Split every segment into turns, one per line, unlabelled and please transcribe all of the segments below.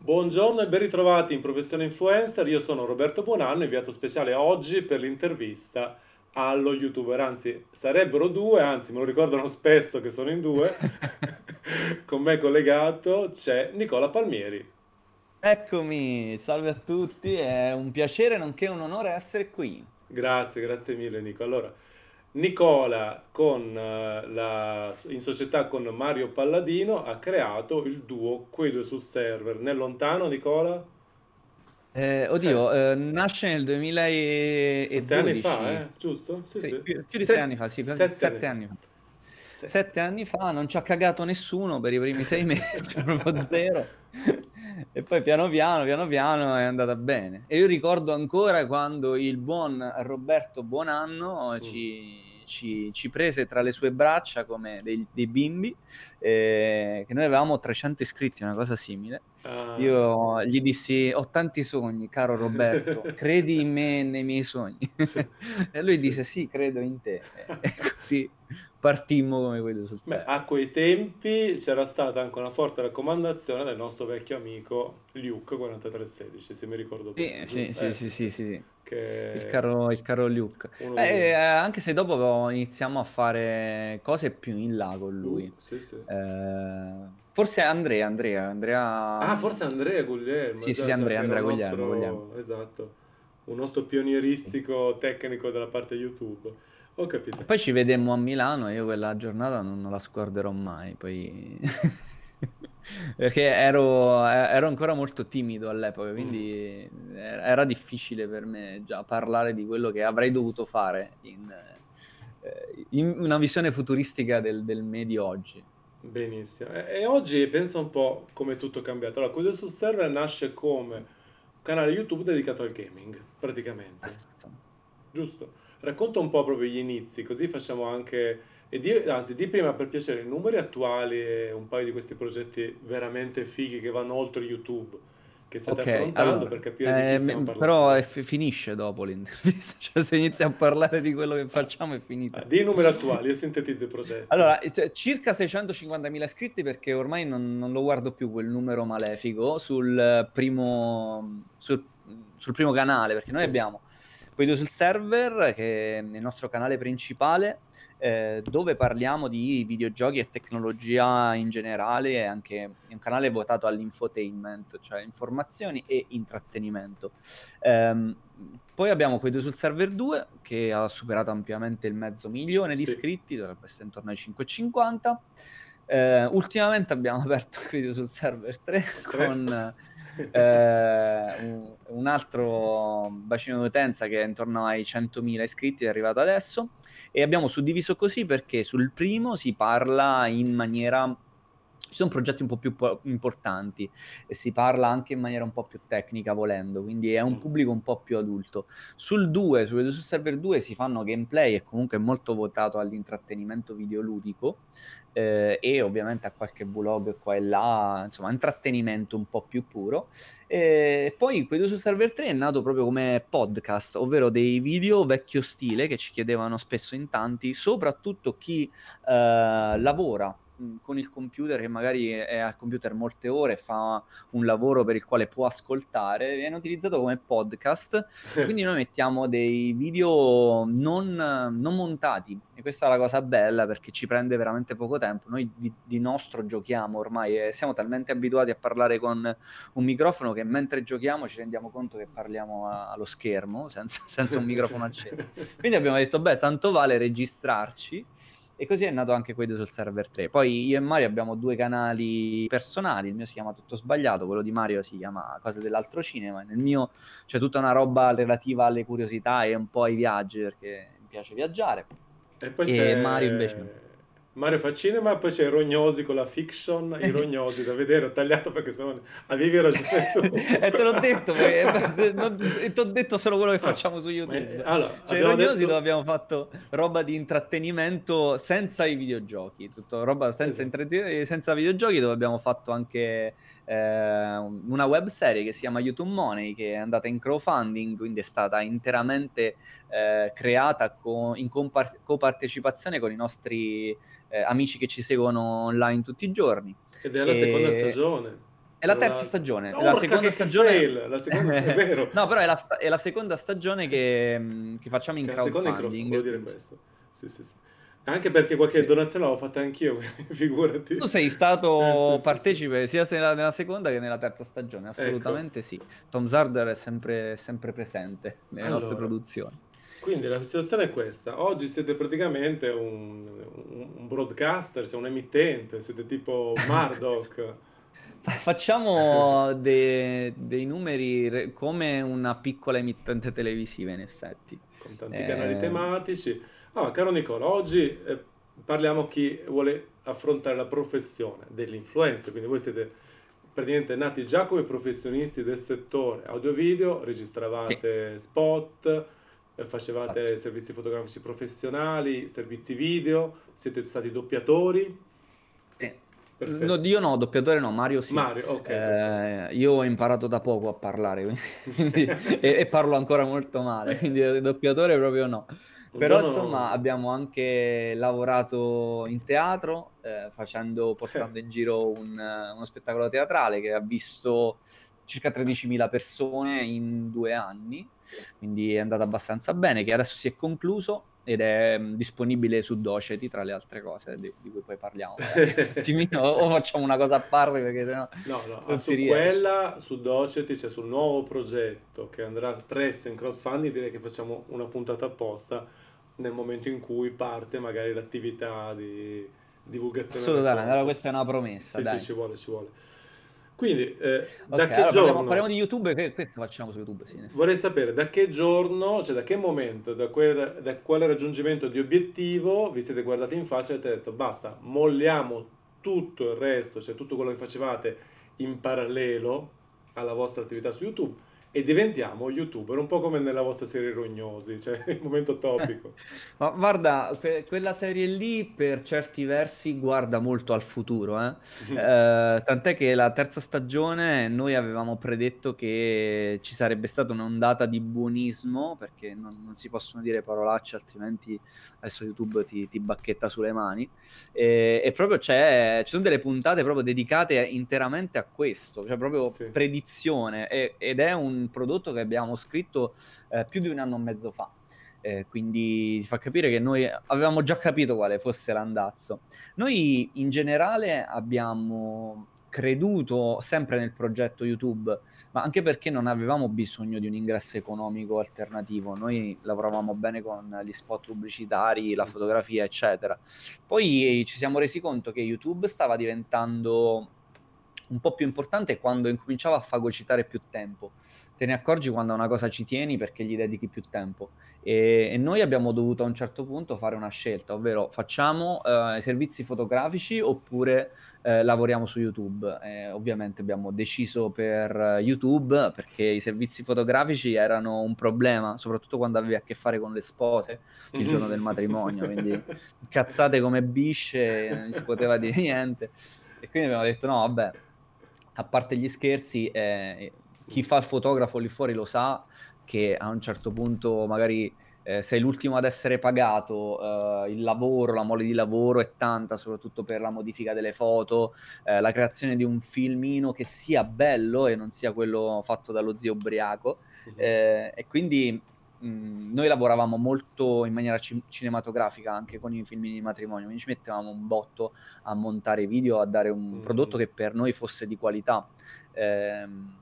Buongiorno e ben ritrovati in Professione Influencer. Io sono Roberto Buonanno, inviato speciale oggi per l'intervista allo YouTuber. Anzi, sarebbero due, anzi, me lo ricordano spesso che sono in due. Con me collegato c'è Nicola Palmieri.
Eccomi, salve a tutti, è un piacere nonché un onore essere qui.
Grazie, grazie mille Nico. Allora, Nicola in società con Mario Palladino ha creato il duo Quei due sul server. Nel lontano, Nicola?
Oddio, nasce nel
Sono 6 anni fa,
2012,
giusto? Sì,
sì,
sì.
più di 6 anni fa, sì,
7 anni
7
fa.
anni fa. 7
7.
anni fa non ci ha cagato nessuno per i primi 6 mesi, proprio zero. E poi piano piano è andata bene. E io ricordo ancora quando il buon Roberto Buonanno
Mm.
ci prese tra le sue braccia come dei bimbi, che noi avevamo 300 iscritti, una cosa simile.
Ah.
Io gli dissi: "Ho tanti sogni, caro Roberto, credi in me e nei miei sogni." E lui
Sì.
disse: "Sì, credo in te." E così partimmo come quelli sul
Beh,
server.
a quei tempi c'era stata anche una forte raccomandazione del nostro vecchio amico Luke 4316, se mi ricordo
Sì,
bene,
sì,
giusto?
sì,
Sì,
sì,
sì.
sì, sì, sì.
Che
Il caro Luke.
uno dei...
Anche se dopo iniziamo a fare cose più in là con lui.
Sì, sì.
Forse Andrea,
Ah, forse Andrea Guglielmo,
sì, sì,
già,
sì,
già, che era un
Andrea Guglielmo.
nostro, esatto, un nostro
Sì.
pionieristico tecnico della parte YouTube. Ho
E
capito.
poi ci vedemmo a Milano e io quella giornata non la scorderò mai, poi perché ero ancora molto timido all'epoca,
Mm.
quindi era difficile per me già parlare di quello che avrei dovuto fare in una visione futuristica del me di oggi.
Benissimo. E oggi pensa un po' come è tutto cambiato. Allora, Quello sul server nasce come un canale YouTube dedicato al gaming, praticamente.
Basta.
Giusto? Racconta un po' proprio gli inizi, così facciamo anche... anzi, di prima per piacere i numeri attuali e un paio di questi progetti veramente fighi che vanno oltre YouTube, che state
Ok,
affrontando
allora,
per capire di chi stiamo
però
parlando.
finisce dopo l'intervista, cioè se inizia a parlare di quello che
Ah,
facciamo è finita.
dei numeri attuali, io sintetizzo i progetti.
Allora, circa 650.000 iscritti perché ormai non lo guardo più quel numero malefico sul primo canale, perché noi
Sì.
abbiamo quei due sul server, che è il nostro canale principale, dove parliamo di videogiochi e tecnologia in generale, è anche un canale votato all'infotainment, cioè informazioni e intrattenimento. Ehm, Poi abbiamo quei due sul server 2 che ha superato ampiamente il 500.000 di
Sì.
iscritti, dovrebbe essere intorno ai 550. Ultimamente abbiamo aperto quei due sul server 3
3.
con un altro bacino d'utenza che è intorno ai 100.000 iscritti, è arrivato adesso, e abbiamo suddiviso così perché sul primo si parla in maniera... Ci sono progetti un po' più importanti e si parla anche in maniera un po' più tecnica volendo, quindi è un
Mm.
pubblico un po' più adulto. Sul 2, sul server 2 si fanno gameplay e comunque è molto votato all'intrattenimento videoludico, e ovviamente a qualche vlog qua e là, insomma intrattenimento un po' più puro. E poi quello su server 3 è nato proprio come podcast, ovvero dei video vecchio stile che ci chiedevano spesso in tanti, soprattutto chi lavora con il computer, che magari è al computer molte ore e fa un lavoro per il quale può ascoltare, viene utilizzato come podcast, e quindi noi mettiamo dei video non montati, e questa è la cosa bella perché ci prende veramente poco tempo. Noi di nostro giochiamo ormai e siamo talmente abituati a parlare con un microfono che mentre giochiamo ci rendiamo conto che parliamo allo schermo senza un microfono acceso. Quindi abbiamo detto, beh, tanto vale registrarci, e così è nato anche quello sul server 3. Poi io e Mario abbiamo due canali personali, il mio si chiama Tutto Sbagliato, quello di Mario si chiama Cose dell'altro cinema, nel mio c'è tutta una roba relativa alle curiosità e un po' ai viaggi, perché mi piace viaggiare,
E poi
e Mario invece no.
c'è Mario fa cinema, poi c'è i Rognosi con la fiction, i Rognosi da vedere, ho tagliato perché sennò avevi ragione tu.
E te l'ho detto, e ti ho detto solo quello che
Ah,
facciamo su YouTube.
allora,
Cioè, i
abbiamo
Rognosi dove
detto...
abbiamo fatto roba di intrattenimento senza i videogiochi, tutto roba
Esatto.
senza videogiochi, dove abbiamo fatto anche una web serie che si chiama YouTube Money, che è andata in crowdfunding, quindi è stata interamente creata copartecipazione con i nostri amici che ci seguono online tutti i giorni.
Ed è la seconda
E
stagione.
È la terza stagione, è la
Urca,
seconda
che
stagione.
fail! La seconda, è vero.
No, però è la seconda stagione che facciamo in
Che la seconda volevo
crowdfunding.
dire
Quindi
questo. Sì, sì, sì. Anche perché qualche
sì.
donazione l'avevo fatta anch'io, quindi figurati.
Tu sei
Sì,
stato
sì, sì.
partecipe sia nella seconda che nella terza stagione,
Ecco,
assolutamente sì. Tom Zarder è sempre presente nelle nostre
allora,
produzioni.
quindi la situazione è questa. Oggi siete praticamente un broadcaster, cioè un emittente, siete tipo Murdoch,
Facciamo dei numeri come una piccola emittente televisiva, in effetti.
con tanti canali
Eh,
tematici. Ah, caro Nicola, oggi parliamo chi vuole affrontare la professione dell'influencer, quindi voi siete praticamente nati già come professionisti del settore audio-video,
sì,
registravate spot,
esatto.
facevate servizi fotografici professionali, servizi video, siete stati doppiatori.
Sì. No,
Perfetto.
io no, doppiatore no, Mario sì.
Mario, ok, perfetto.
Io ho imparato da poco a parlare, e parlo ancora molto male, quindi doppiatore proprio no.
Un
Però
giorno...
insomma abbiamo anche lavorato in teatro, portando in giro uno spettacolo teatrale che ha visto circa 13.000 persone in 2 anni, quindi è andata abbastanza bene, che adesso si è concluso ed è disponibile su Doceti, tra le altre cose di cui poi parliamo magari un attimino, o facciamo una cosa a parte perché sennò
No, no,
non si
su
riesce.
quella, su Doceti, cioè sul nuovo progetto che andrà presto in crowdfunding, direi che facciamo una puntata apposta nel momento in cui parte magari l'attività di divulgazione e
Assolutamente, allora
raccolta.
questa è una promessa,
Sì, sì,
dai.
ci vuole, ci vuole. Quindi, da
Ok,
che
allora parliamo
giorno?
di YouTube, che questo facciamo su YouTube, sì, in
Vorrei
effetti.
sapere da che giorno, cioè da che momento, da quale raggiungimento di obiettivo vi siete guardati in faccia e avete detto basta, molliamo tutto il resto, cioè tutto quello che facevate in parallelo alla vostra attività su YouTube e diventiamo YouTuber, un po' come nella vostra serie Rognosi, cioè il momento topico.
Ma guarda, quella serie lì per certi versi guarda molto al futuro, eh. Tant'è che la terza stagione noi avevamo predetto che ci sarebbe stata un'ondata di buonismo, perché non si possono dire parolacce, altrimenti adesso YouTube ti bacchetta sulle mani. E proprio ci sono delle puntate proprio dedicate interamente a questo, cioè proprio
Sì.
predizione, ed è un prodotto che abbiamo scritto più di un anno e mezzo fa. Quindi ti fa capire che noi avevamo già capito quale fosse l'andazzo. Noi in generale abbiamo creduto sempre nel progetto YouTube, ma anche perché non avevamo bisogno di un ingresso economico alternativo. Noi lavoravamo bene con gli spot pubblicitari, la fotografia, eccetera. Poi ci siamo resi conto che YouTube stava diventando un po' più importante quando incominciava a fagocitare più tempo. Te ne accorgi quando a una cosa ci tieni perché gli dedichi più tempo. E noi abbiamo dovuto a un certo punto fare una scelta, ovvero facciamo i servizi fotografici oppure lavoriamo su YouTube. Ovviamente abbiamo deciso per YouTube perché i servizi fotografici erano un problema, soprattutto quando avevi a che fare con le spose il giorno del matrimonio, quindi cazzate come bisce, non si poteva dire niente. E quindi abbiamo detto no, vabbè, a parte gli scherzi, chi fa il fotografo lì fuori lo sa che a un certo punto magari sei l'ultimo ad essere pagato, il lavoro, la mole di lavoro è tanta, soprattutto per la modifica delle foto, la creazione di un filmino che sia bello e non sia quello fatto dallo zio ubriaco. E quindi noi lavoravamo molto in maniera cinematografica anche con i filmini di matrimonio, quindi ci mettevamo un botto a montare video, a dare un prodotto che per noi fosse di qualità. Ehm,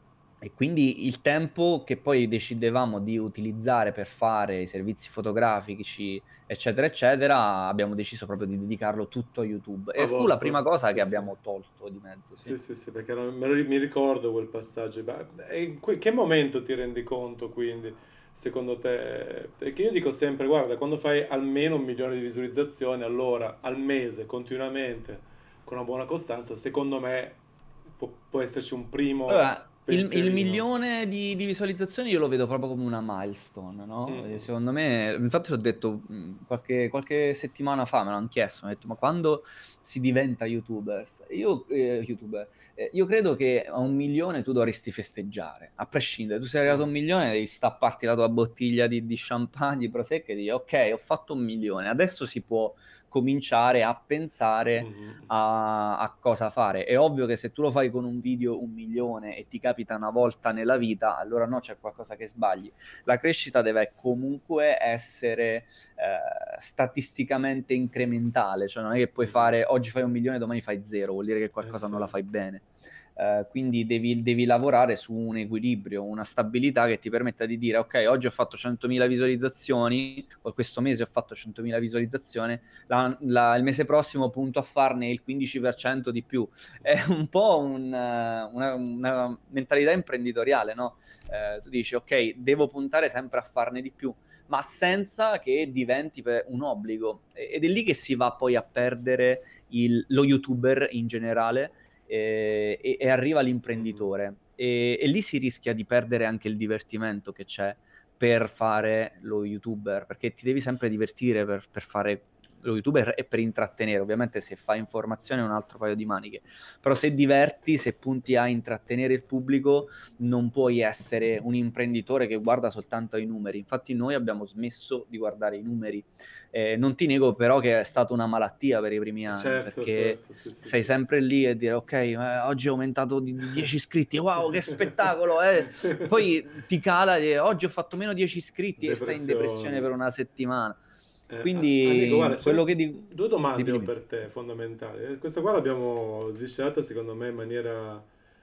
e quindi il tempo che poi decidevamo di utilizzare per fare i servizi fotografici, eccetera, eccetera, abbiamo deciso proprio di dedicarlo tutto a YouTube.
A
E fu la prima
vostro,
cosa
sì,
che
sì.
abbiamo tolto di mezzo, sì.
Sì, sì, sì, perché mi ricordo quel passaggio. E in che momento ti rendi conto, quindi, secondo te? Perché io dico sempre, guarda, quando fai almeno 1 milione di visualizzazioni, allora al mese, continuamente, con una buona costanza, secondo me può esserci un primo
Allora, il
pensierino.
milione di visualizzazioni io lo vedo proprio come una milestone, no?
Mm,
E
mm.
secondo me, infatti l'ho detto qualche settimana fa, me l'hanno chiesto, mi hanno detto, ma quando si diventa YouTubers? Io credo che a 1 milione tu dovresti festeggiare, a prescindere. Tu sei arrivato a
Mm.
1 milione, devi stapparti la tua bottiglia di champagne, di prosecco e dire, ok, ho fatto 1 milione, adesso si può cominciare a pensare
Mhm.
a cosa fare. È ovvio che se tu lo fai con un video 1 milione e ti capita una volta nella vita, allora no, c'è qualcosa che sbagli. La crescita deve comunque essere statisticamente incrementale, cioè non è che puoi
Mhm.
fare oggi fai 1 milione, domani fai zero, vuol dire che qualcosa non
Sì.
la fai bene. Quindi devi lavorare su un equilibrio, una stabilità che ti permetta di dire ok, oggi ho fatto 100.000 visualizzazioni, o questo mese ho fatto 100.000 visualizzazioni, il mese prossimo punto a farne il 15% di più. È un po' una mentalità imprenditoriale, no? Tu dici ok, devo puntare sempre a farne di più, ma senza che diventi un obbligo. Ed è lì che si va poi a perdere lo YouTuber in generale, e arriva
Mhm.
l'imprenditore. E lì si rischia di perdere anche il divertimento che c'è per fare lo YouTuber, perché ti devi sempre divertire per fare lo YouTuber e per intrattenere. Ovviamente se fai informazione è un altro paio di maniche, però se diverti, se punti a intrattenere il pubblico, non puoi essere un imprenditore che guarda soltanto ai numeri. Infatti noi abbiamo smesso di guardare i numeri. Non ti nego però che è stata una malattia per i primi anni,
Certo,
perché
certo, sì, sì,
sei
sì.
sempre lì e dire ok, oggi è aumentato di 10 iscritti, wow, che spettacolo, eh. Poi ti cala e oggi ho fatto meno 10 iscritti e stai in depressione per
Depressione.
una settimana.
Nico, guarda,
Quindi quello
c'erano
che
due
dimmi,
domande ho
dimmi.
per te fondamentali. Questa qua l'abbiamo sviscerata secondo me in maniera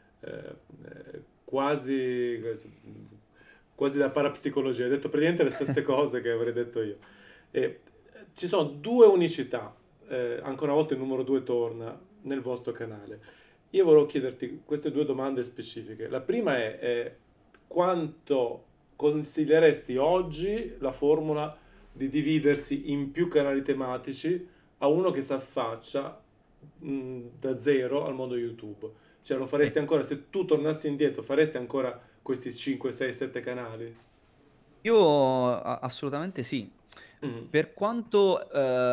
quasi, quasi da parapsicologia. Hai detto praticamente le stesse cose che avrei detto io. E, ci sono due unicità. Ancora una volta il numero due torna nel vostro canale. Io volevo chiederti queste due domande specifiche. La prima è quanto consiglieresti oggi la formula di dividersi in più canali tematici a uno che si affaccia da zero al mondo YouTube? Cioè lo faresti
Sì.
ancora, se tu tornassi indietro, faresti ancora questi 5, 6, 7 canali?
Io assolutamente sì.
Mm.
Per quanto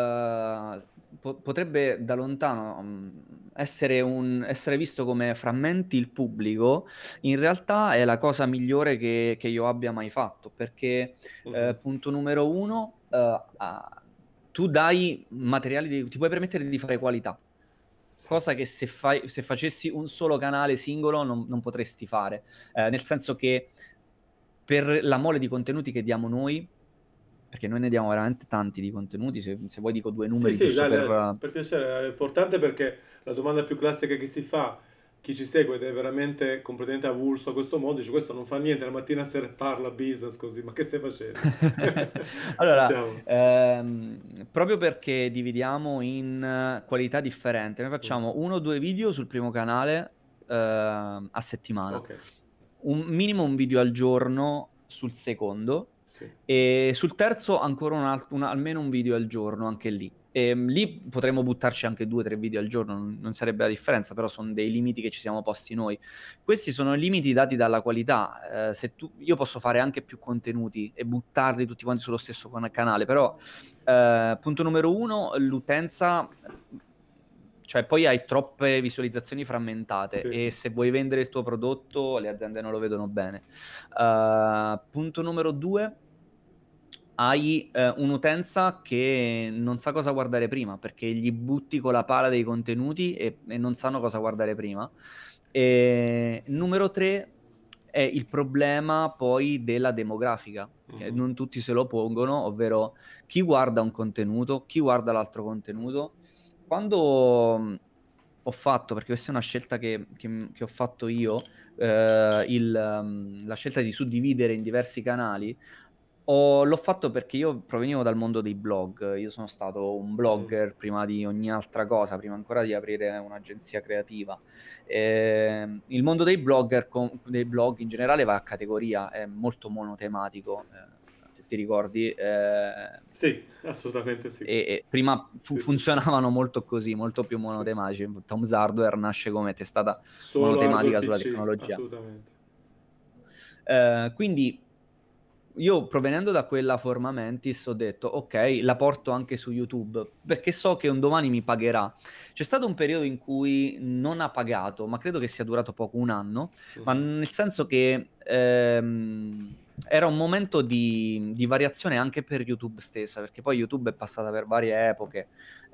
potrebbe da lontano essere visto come frammenti il pubblico, in realtà è la cosa migliore che io abbia mai fatto, perché
Mhm.
punto numero uno, tu dai materiali, ti puoi permettere di fare qualità.
Sì.
Cosa che se facessi un solo canale singolo non potresti fare. Nel senso che per la mole di contenuti che diamo noi, perché noi ne diamo veramente tanti di contenuti, se vuoi dico due
Sì,
numeri
sì,
giusto
dai,
per...
dai, per piacere, è importante perché la domanda più classica che si fa, chi ci segue ed è veramente completamente avulso a questo mondo, dice questo non fa niente, la mattina a sera parla business così, ma che stai facendo?
Allora,
Sentiamo.
proprio perché dividiamo in qualità differenti, noi
Mm.
facciamo 1 o 2 video sul primo canale a settimana,
Ok,
un minimo un video al giorno sul secondo,
sì.
e sul terzo ancora almeno un video al giorno, anche lì. E lì potremmo buttarci anche 2 o 3 video al giorno, non sarebbe la differenza, però sono dei limiti che ci siamo posti noi. Questi sono limiti dati dalla qualità. Io posso fare anche più contenuti e buttarli tutti quanti sullo stesso canale, però punto numero uno, l'utenza, cioè poi hai troppe visualizzazioni frammentate
Sì.
e se vuoi vendere il tuo prodotto le aziende non lo vedono bene. Punto numero due, hai un'utenza che non sa cosa guardare prima, perché gli butti con la pala dei contenuti e non sanno cosa guardare prima. E numero tre è il problema poi della demografica, che
Mhm.
non tutti se lo pongono, ovvero chi guarda un contenuto, chi guarda l'altro contenuto. Quando ho fatto, perché questa è una scelta che ho fatto io, la scelta di suddividere in diversi canali, l'ho fatto perché io provenivo dal mondo dei blog. Io sono stato un
Mhm.
blogger prima di ogni altra cosa, prima ancora di aprire un'agenzia creativa. Il mondo dei blogger, dei blog in generale, va a categoria, è molto monotematico, se ti ricordi.
Sì, assolutamente sì.
E prima
Sì, sì, sì.
funzionavano molto così, molto più
Sì, sì.
monotematici. Tom's Hardware nasce come testata
Solo hardware
monotematica sulla
PC,
tecnologia.
assolutamente.
Quindi io, provenendo da quella Forma Mentis, ho detto ok, la porto anche su YouTube perché so che un domani mi pagherà. C'è stato un periodo in cui non ha pagato, ma credo che sia durato poco, un anno, ma
Mhm.
nel senso che era un momento di variazione anche per YouTube stessa, perché poi YouTube è passata per varie epoche,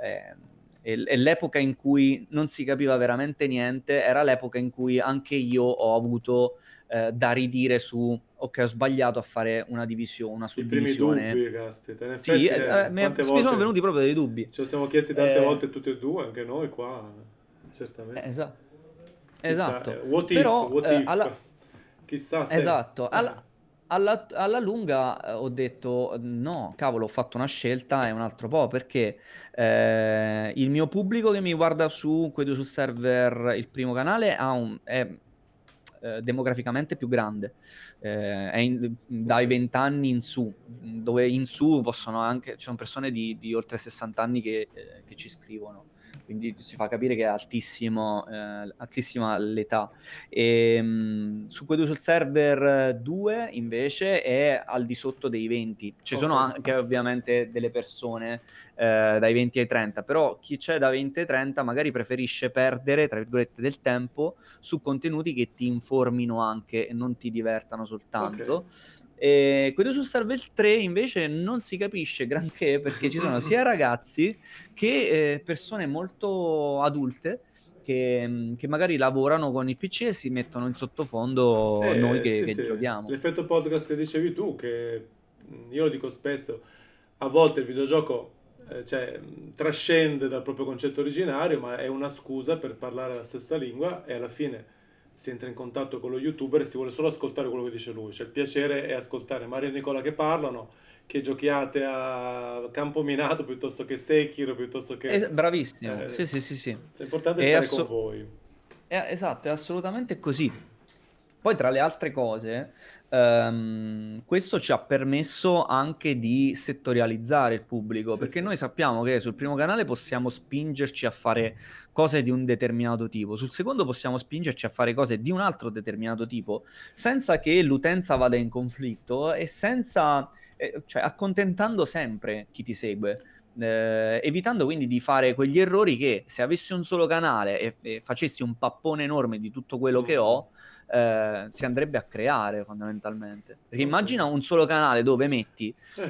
e l'epoca in cui non si capiva veramente niente era l'epoca in cui anche io ho avuto da ridire su, ok, ho sbagliato a fare una divisione, una
I primi
suddivisione.
dubbi, caspita. In
Sì,
effetti, quante
mi sono
volte
venuti proprio dei dubbi.
ce lo siamo chiesti tante
Eh,
volte tutti e due, anche noi qua, certamente.
esa-
Chissà,
esatto,
what if,
però
what if? Chissà se...
esatto, alla lunga ho detto no, cavolo, ho fatto una scelta e un altro po' perché il mio pubblico che mi guarda su Quedo sul server, il primo canale, è demograficamente più grande, dai
Ok.
20 anni in su, dove in su possono anche, ci sono persone di oltre 60 anni che ci scrivono, quindi si fa capire che è altissima l'età. Su Quedo sul server 2 invece è al di sotto dei 20. Ci
Ok.
sono anche ovviamente delle persone dai 20 ai 30, però chi c'è da 20 ai 30 magari preferisce perdere, tra virgolette, del tempo su contenuti che ti informino anche e non ti divertano
Ok.
soltanto. E Quedo sul server 3 invece non si capisce granché perché ci sono sia ragazzi che persone molto adulte che magari lavorano con il PC e si mettono in sottofondo noi
Sì,
che
sì,
giochiamo.
l'effetto podcast che dicevi tu, che io lo dico spesso, a volte il videogioco cioè, trascende dal proprio concetto originario, ma è una scusa per parlare la stessa lingua e alla fine si entra in contatto con lo youtuber e si vuole solo ascoltare quello che dice lui. Cioè il piacere è ascoltare Mario e Nicola che parlano, che giochiate a campo minato piuttosto che Sekiro, piuttosto che...
Bravissimo,
eh,
sì, sì, sì, sì.
è importante
È
stare con
asso-
voi.
esatto, è assolutamente così. Poi, tra le altre cose, questo ci ha permesso anche di settorializzare il pubblico,
Sì,
perché
sì.
noi sappiamo che sul primo canale possiamo spingerci a fare cose di un determinato tipo, sul secondo possiamo spingerci a fare cose di un altro determinato tipo, senza che l'utenza vada in conflitto e senza, cioè accontentando sempre chi ti segue. Evitando quindi di fare quegli errori che se avessi un solo canale e facessi un pappone enorme di tutto quello che
Mm,
ho, si andrebbe a creare fondamentalmente. Perché
ok.
immagina un solo canale dove metti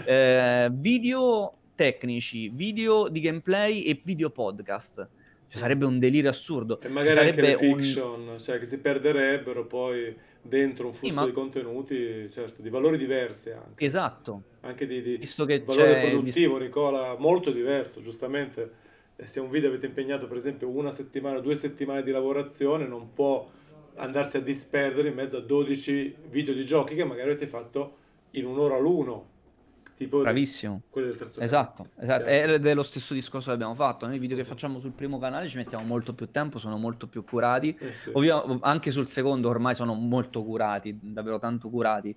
video tecnici, video di gameplay e video podcast. Ci
Mm.
sarebbe un delirio assurdo.
E
Ci
magari anche le
sarebbe un...
fiction, cioè che si perderebbero poi dentro un
Sì,
flusso di
ma
contenuti, certo, di valori diversi anche.
esatto.
Anche di
Visto che
valore
c'è...
produttivo, Nicola, molto diverso, giustamente. Se un video avete impegnato per esempio una settimana, 2 settimane di lavorazione, non può andarsi a disperdere in mezzo a 12 video di giochi che magari avete fatto in un'ora l'uno, tipo
Bravissimo.
quelli del terzo canale.
Esatto, esatto.
Chiaro?
Ed è lo stesso discorso che abbiamo fatto. Noi i video che
Mhm.
facciamo sul primo canale ci mettiamo molto più tempo, sono molto più curati.
Eh sì.
Anche sul secondo ormai sono molto curati, davvero tanto curati.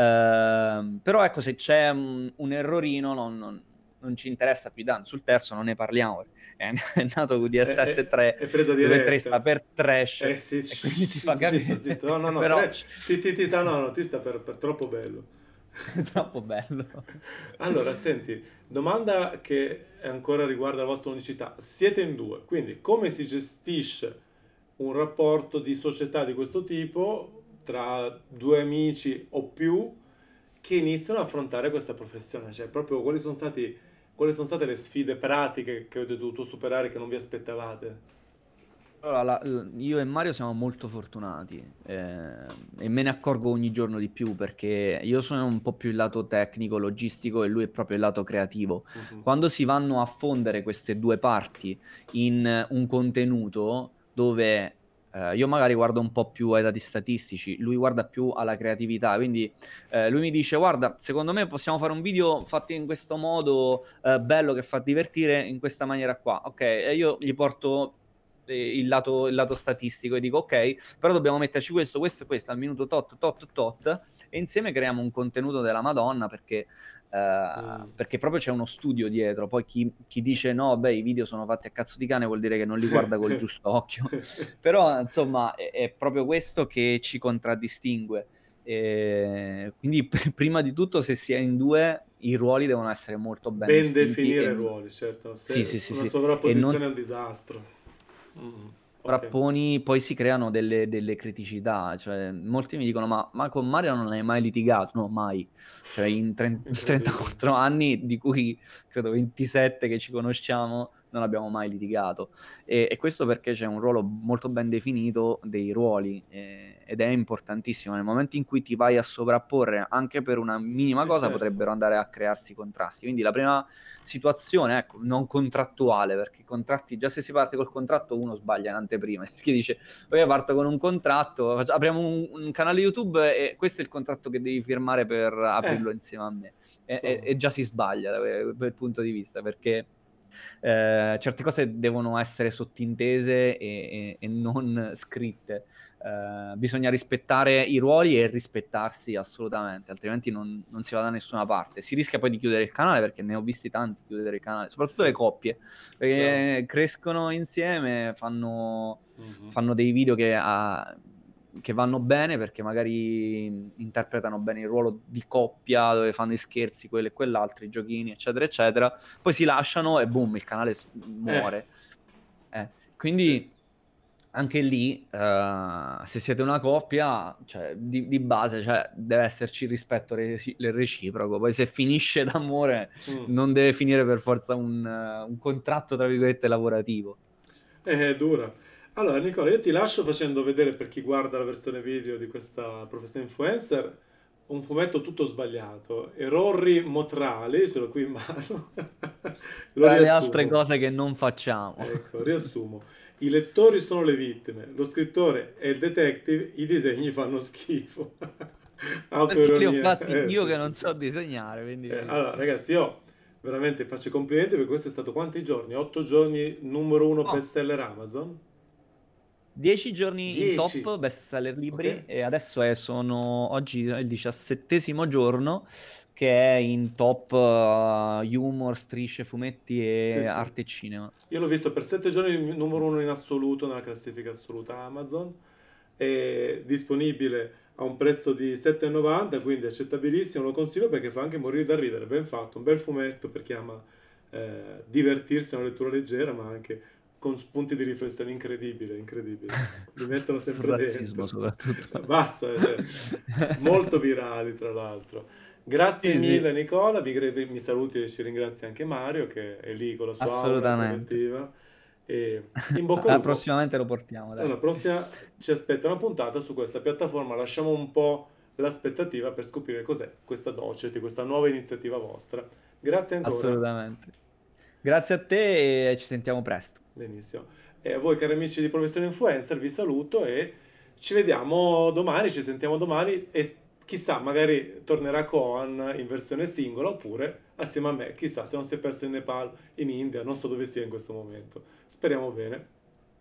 Però ecco, se c'è un errorino non ci interessa più di tanto. Sul terzo non ne parliamo. È nato con
È,
DSS
è-
3,
è presa
dove 3 sta
diretta.
per trash
Eh sì,
e quindi ti fa
zitto,
capire.
zitto. No, no, no,
Però
no, no, ti sta per troppo bello.
è troppo bello.
Allora, senti, domanda che ancora riguarda la vostra unicità. Siete in due, quindi come si gestisce un rapporto di società di questo tipo tra due amici o più che iniziano ad affrontare questa professione? Cioè, proprio quali sono state le sfide pratiche che avete dovuto superare che non vi aspettavate?
Allora, io e Mario siamo molto fortunati e me ne accorgo ogni giorno di più perché io sono un po' più il lato tecnico, logistico e lui è proprio il lato creativo.
Mhm.
Quando si vanno a fondere queste due parti in un contenuto dove io magari guardo un po' più ai dati statistici, lui guarda più alla creatività, quindi lui mi dice guarda, secondo me possiamo fare un video fatto in questo modo bello che fa divertire in questa maniera qua. Ok, e io gli porto il lato statistico e dico ok, però dobbiamo metterci questo, questo e questo al minuto tot, tot, tot e insieme creiamo un contenuto della Madonna
Mm.
perché proprio c'è uno studio dietro. Poi chi dice no, beh, i video sono fatti a cazzo di cane vuol dire che non li guarda col giusto occhio. Però insomma è proprio questo che ci contraddistingue. Quindi prima di tutto se si è in due i ruoli devono essere molto ben
Ben
distinti
definire i ruoli, certo.
sì, sì, sì,
Una
sì. E non,
sovrapposizione è un disastro. Mm. Ok.
sovrapponi, poi si creano delle criticità. Cioè, molti mi dicono: ma con Mario non hai mai litigato? No, mai. Cioè, in
Incredibile.
34 anni, di cui credo 27 che ci conosciamo, non abbiamo mai litigato. E questo perché c'è un ruolo molto ben definito dei ruoli, ed è importantissimo. Nel momento in cui ti vai a sovrapporre anche per una minima cosa,
Certo.
potrebbero andare a crearsi contrasti. Quindi la prima situazione, ecco, non contrattuale, perché i contratti, già se si parte col contratto uno sbaglia in anteprima, perché dice: io parto con un contratto, apriamo un canale YouTube e questo è il contratto che devi firmare per
Eh,
aprirlo insieme a me.
insomma,
E già si sbaglia da quel punto di vista, perché certe cose devono essere sottintese e non scritte. Bisogna rispettare i ruoli e rispettarsi assolutamente, altrimenti non si va da nessuna parte. Si rischia poi di chiudere il canale, perché ne ho visti tanti chiudere il canale, soprattutto le
sì,
coppie,
bravo.
perché crescono insieme,
Mhm.
fanno dei video che vanno bene perché magari interpretano bene il ruolo di coppia, dove fanno i scherzi, quello e quell'altro, i giochini, eccetera, eccetera. Poi si lasciano e boom, il canale
Eh,
muore.
sì.
Quindi anche lì, se siete una coppia, cioè, di base, cioè, deve esserci rispetto reciproco. Poi se finisce d'amore,
Mm.
non deve finire per forza un contratto, tra virgolette, lavorativo.
È dura. Allora, Nicola, io ti lascio facendo vedere per chi guarda la versione video di questa professione influencer un fumetto tutto sbagliato. Errori motrali, ce l'ho qui in mano. Lo
Tra le altre
riassumo.
cose che non facciamo.
Ecco, riassumo. I lettori sono le vittime, lo scrittore è il detective, i disegni fanno schifo.
Perché li ho
Autoironia.
fatti io
Sì,
che
sì,
non
sì.
so disegnare, quindi...
Allora, ragazzi, io veramente faccio i complimenti perché questo è stato quanti giorni? 8 giorni numero uno
Oh,
bestseller Amazon?
10 giorni in
10,
top bestseller
ok?
libri, e adesso sono oggi è il 17° giorno che è in top humor, strisce, fumetti
Sì,
e
sì.
arte e cinema.
Io l'ho visto per 7 giorni il numero uno in assoluto nella classifica assoluta Amazon. È disponibile a un prezzo di 7,90, quindi accettabilissimo. Lo consiglio perché fa anche morire da ridere. Ben fatto, un bel fumetto per chi ama divertirsi, è una lettura leggera, ma anche con spunti di riflessione incredibile, incredibile. Li mettono
Sul
sempre
razzismo
dentro.
soprattutto.
Basta, cioè, molto virali tra l'altro. Grazie
Sì,
mille
sì,
Nicola, mi saluti e ci ringrazi anche Mario che è lì con la sua aura
assolutamente.
protettiva e in bocca al lupo.
Prossimamente lo portiamo, dai.
Alla prossima ci aspetta una puntata su questa piattaforma, lasciamo un po' l'aspettativa per scoprire cos'è questa Docet, questa nuova iniziativa vostra. Grazie ancora.
Assolutamente. Grazie a te e ci sentiamo presto.
Benissimo. E a voi cari amici di Professione Influencer vi saluto e ci vediamo domani, ci sentiamo domani e chissà, magari tornerà Kohan in versione singola oppure assieme a me, chissà se non si è perso in Nepal, in India, non so dove sia in questo momento. Speriamo bene.